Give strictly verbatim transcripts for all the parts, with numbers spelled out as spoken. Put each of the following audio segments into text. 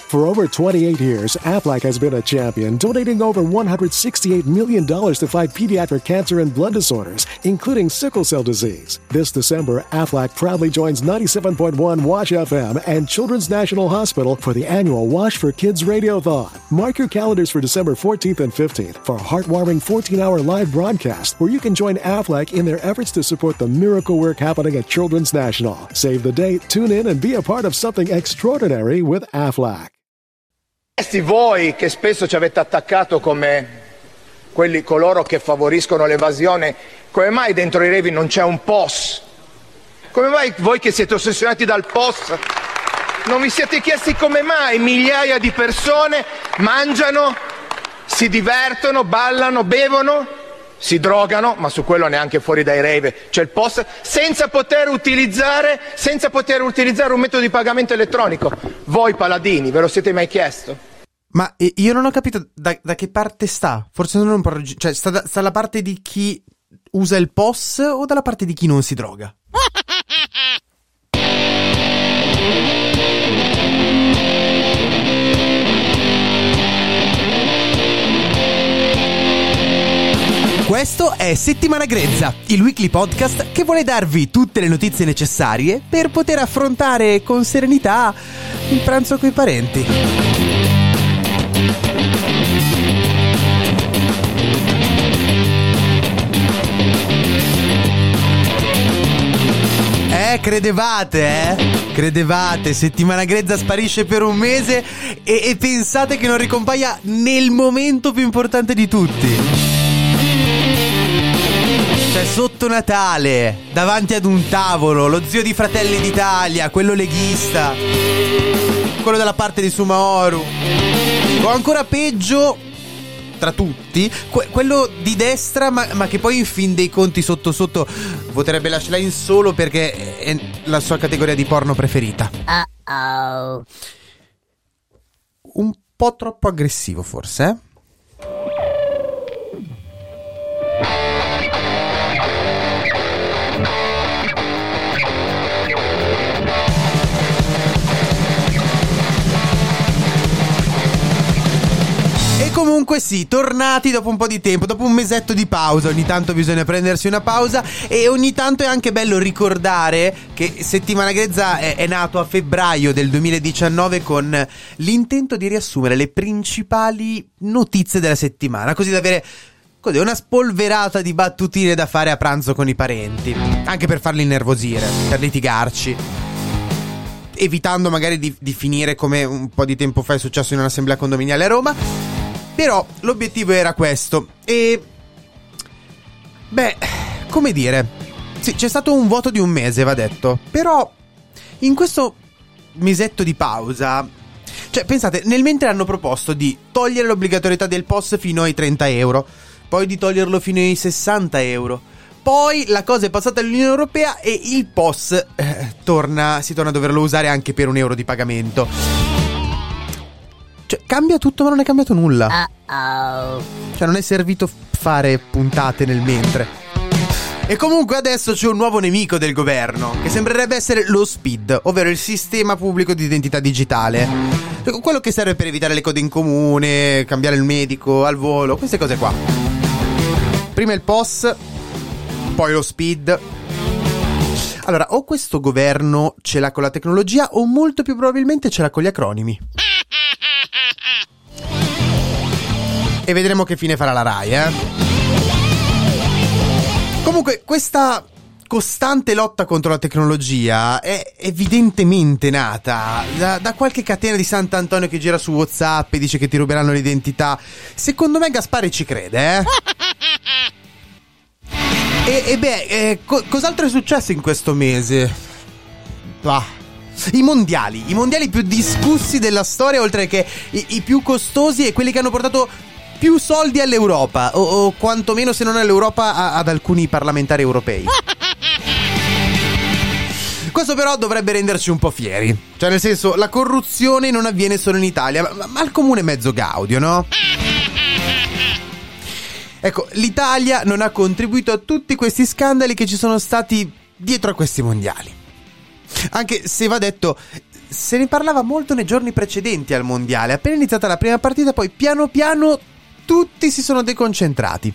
For over twenty-eight years, Aflac has been a champion, donating over one hundred sixty-eight million dollars to fight pediatric cancer and blood disorders, including sickle cell disease. This December, Aflac proudly joins ninety-seven point one Wash F M and Children's National Hospital for the annual Wash for Kids Radiothon. Mark your calendars for December fourteenth and fifteenth for a heartwarming fourteen-hour live broadcast where you can join Aflac in their efforts to support the miracle work happening at Children's National. Save the date, tune in, and be a part of something extraordinary with Aflac. Voi che spesso ci avete attaccato come quelli coloro che favoriscono l'evasione, come mai dentro i revi non c'è un P O S? Come mai voi che siete ossessionati dal P O S non vi siete chiesti come mai migliaia di persone mangiano, si divertono, ballano, bevono, si drogano, ma su quello neanche fuori dai rave c'è il P O S, senza poter utilizzare, senza poter utilizzare un metodo di pagamento elettronico? Voi paladini, ve lo siete mai chiesto? Ma io non ho capito da, da che parte sta. Forse non è un po'. Cioè, sta, da, sta dalla parte di chi usa il P O S o dalla parte di chi non si droga? Questo è Settimana Grezza, il weekly podcast che vuole darvi tutte le notizie necessarie per poter affrontare con serenità il pranzo coi parenti. Eh, credevate, eh? Credevate, Settimana Grezza sparisce per un mese e, e pensate che non ricompaia nel momento più importante di tutti. Cioè, sotto Natale, davanti ad un tavolo, lo zio di Fratelli d'Italia, quello leghista, quello dalla parte di Sumaoru, o ancora peggio, tra tutti, que- quello di destra, ma-, ma che poi in fin dei conti sotto sotto voterebbe la Schlein solo perché è la sua categoria di porno preferita. Uh-oh. Un po' troppo aggressivo, forse, eh? Comunque sì, tornati dopo un po' di tempo, dopo un mesetto di pausa. Ogni tanto bisogna prendersi una pausa e ogni tanto è anche bello ricordare che Settimana Grezza è, è nato a febbraio del duemiladiciannove con l'intento di riassumere le principali notizie della settimana, così da avere così una spolverata di battutine da fare a pranzo con i parenti, anche per farli innervosire, per litigarci, evitando magari di, di finire come un po' di tempo fa è successo in un'assemblea condominiale a Roma. Però l'obiettivo era questo e... beh, come dire... sì, c'è stato un vuoto di un mese, va detto. Però in questo mesetto di pausa... cioè, pensate, nel mentre hanno proposto di togliere l'obbligatorietà del P O S fino ai trenta euro, poi di toglierlo fino ai sessanta euro, poi la cosa è passata all'Unione Europea e il P O S eh, torna, si torna a doverlo usare anche per un euro di pagamento. Cioè, cambia tutto ma non è cambiato nulla. Uh-oh. Cioè, non è servito fare puntate nel mentre. E comunque adesso c'è un nuovo nemico del governo, che sembrerebbe essere lo S P I D, ovvero il Sistema Pubblico di Identità Digitale. Quello che serve per evitare le code in comune, cambiare il medico al volo, queste cose qua. Prima il P O S, poi lo S P I D. Allora, o questo governo ce l'ha con la tecnologia, o molto più probabilmente ce l'ha con gli acronimi. E vedremo che fine farà la Rai, eh. Comunque, questa costante lotta contro la tecnologia è evidentemente nata da, da qualche catena di Sant'Antonio che gira su WhatsApp e dice che ti ruberanno l'identità. Secondo me Gaspari ci crede, eh. E, e beh, eh, co- cos'altro è successo in questo mese? Ah, i mondiali, i mondiali più discussi della storia, oltre che i, i più costosi e quelli che hanno portato più soldi all'Europa, o, o quantomeno, se non all'Europa, a, ad alcuni parlamentari europei. Questo però dovrebbe renderci un po' fieri. Cioè, nel senso, la corruzione non avviene solo in Italia, ma, ma al comune mezzo gaudio, no? Ecco, l'Italia non ha contribuito a tutti questi scandali che ci sono stati dietro a questi mondiali. Anche se va detto, se ne parlava molto nei giorni precedenti al mondiale. Appena iniziata la prima partita, poi piano piano tutti si sono deconcentrati.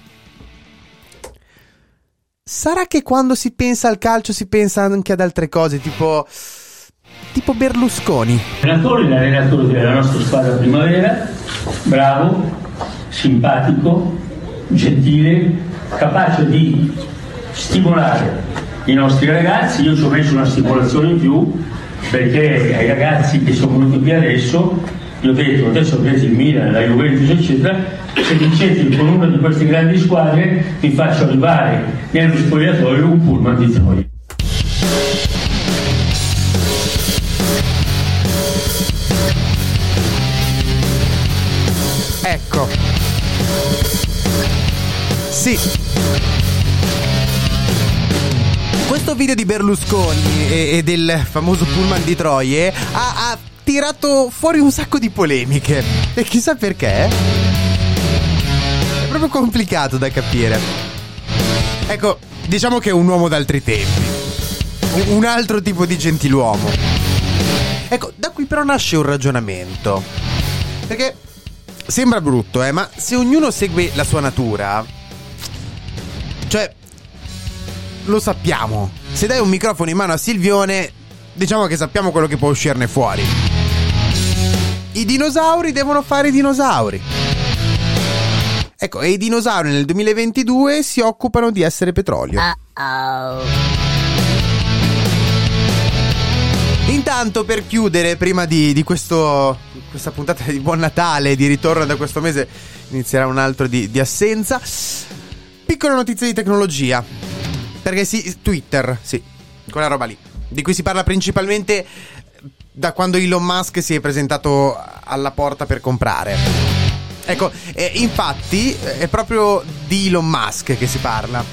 Sarà che quando si pensa al calcio si pensa anche ad altre cose, tipo tipo Berlusconi. L'allenatore, l'allenatore della nostra squadra primavera, bravo, simpatico, gentile, capace di stimolare i nostri ragazzi. Io ci ho messo una stimolazione in più, perché ai ragazzi che sono venuti qui adesso, io ho detto, adesso avete il Milan, la Juventus eccetera, se vincete con una di queste grandi squadre vi faccio arrivare nello spogliatoio un pullman di Troia. Ecco. Sì. Questo video di Berlusconi e, e del famoso pullman di Troie ha, ha tirato fuori un sacco di polemiche. E chissà perché. È proprio complicato da capire. Ecco, diciamo che è un uomo d'altri tempi. Un, un altro tipo di gentiluomo. Ecco, da qui però nasce un ragionamento. Perché sembra brutto, eh, ma se ognuno segue la sua natura, cioè, lo sappiamo. Se dai un microfono in mano a Silvione, diciamo che sappiamo quello che può uscirne fuori. I dinosauri devono fare i dinosauri. Ecco, e i dinosauri nel duemilaventidue si occupano di essere petrolio. Uh-oh. Intanto, per chiudere, prima di, di questo questa puntata di Buon Natale, di ritorno da questo mese, inizierà un altro di, di assenza. Piccola notizia di tecnologia. Perché sì, Twitter, sì, quella roba lì, di cui si parla principalmente da quando Elon Musk si è presentato alla porta per comprare. Ecco, eh, infatti è proprio di Elon Musk che si parla.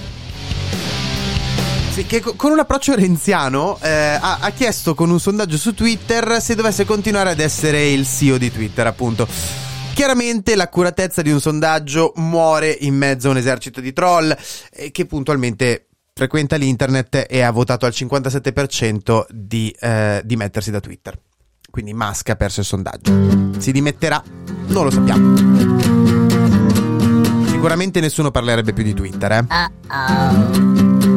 Sì, che con un approccio renziano eh, ha, ha chiesto con un sondaggio su Twitter se dovesse continuare ad essere il C E O di Twitter, appunto. Chiaramente l'accuratezza di un sondaggio muore in mezzo a un esercito di troll eh, che puntualmente frequenta l'internet e ha votato al cinquantasette per cento di eh, dimettersi da Twitter. Quindi Musk ha perso il sondaggio. Si dimetterà? Non lo sappiamo. Sicuramente nessuno parlerebbe più di Twitter, eh? Uh-oh.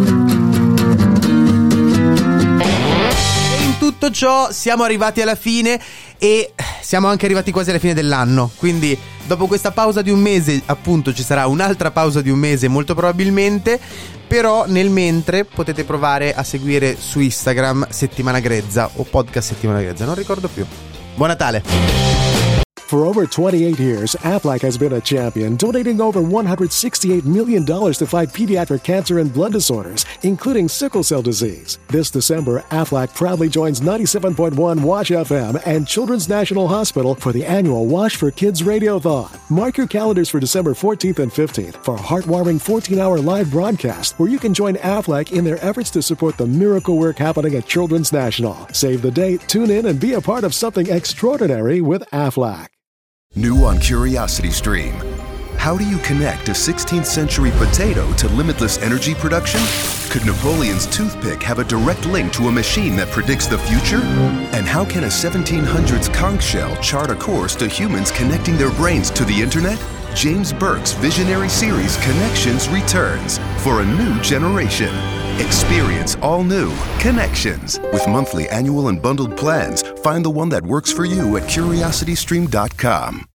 Tutto ciò, siamo arrivati alla fine e siamo anche arrivati quasi alla fine dell'anno. Quindi dopo questa pausa di un mese, appunto, ci sarà un'altra pausa di un mese molto probabilmente. Però nel mentre potete provare a seguire su Instagram Settimana Grezza o Podcast Settimana Grezza, non ricordo più. Buon Natale! For over twenty-eight years, Aflac has been a champion, donating over one hundred sixty-eight million dollars to fight pediatric cancer and blood disorders, including sickle cell disease. This December, Aflac proudly joins ninety-seven point one Wash F M and Children's National Hospital for the annual Wash for Kids Radiothon. Mark your calendars for December fourteenth and fifteenth for a heartwarming fourteen-hour live broadcast where you can join Aflac in their efforts to support the miracle work happening at Children's National. Save the date, tune in, and be a part of something extraordinary with Aflac. New on Curiosity Stream. How do you connect a sixteenth century potato to limitless energy production? Could Napoleon's toothpick have a direct link to a machine that predicts the future? And how can a seventeen hundreds conch shell chart a course to humans connecting their brains to the internet? James Burke's visionary series Connections returns for a new generation. Experience all new Connections. With monthly, annual, and bundled plans, find the one that works for you at curiosity stream dot com.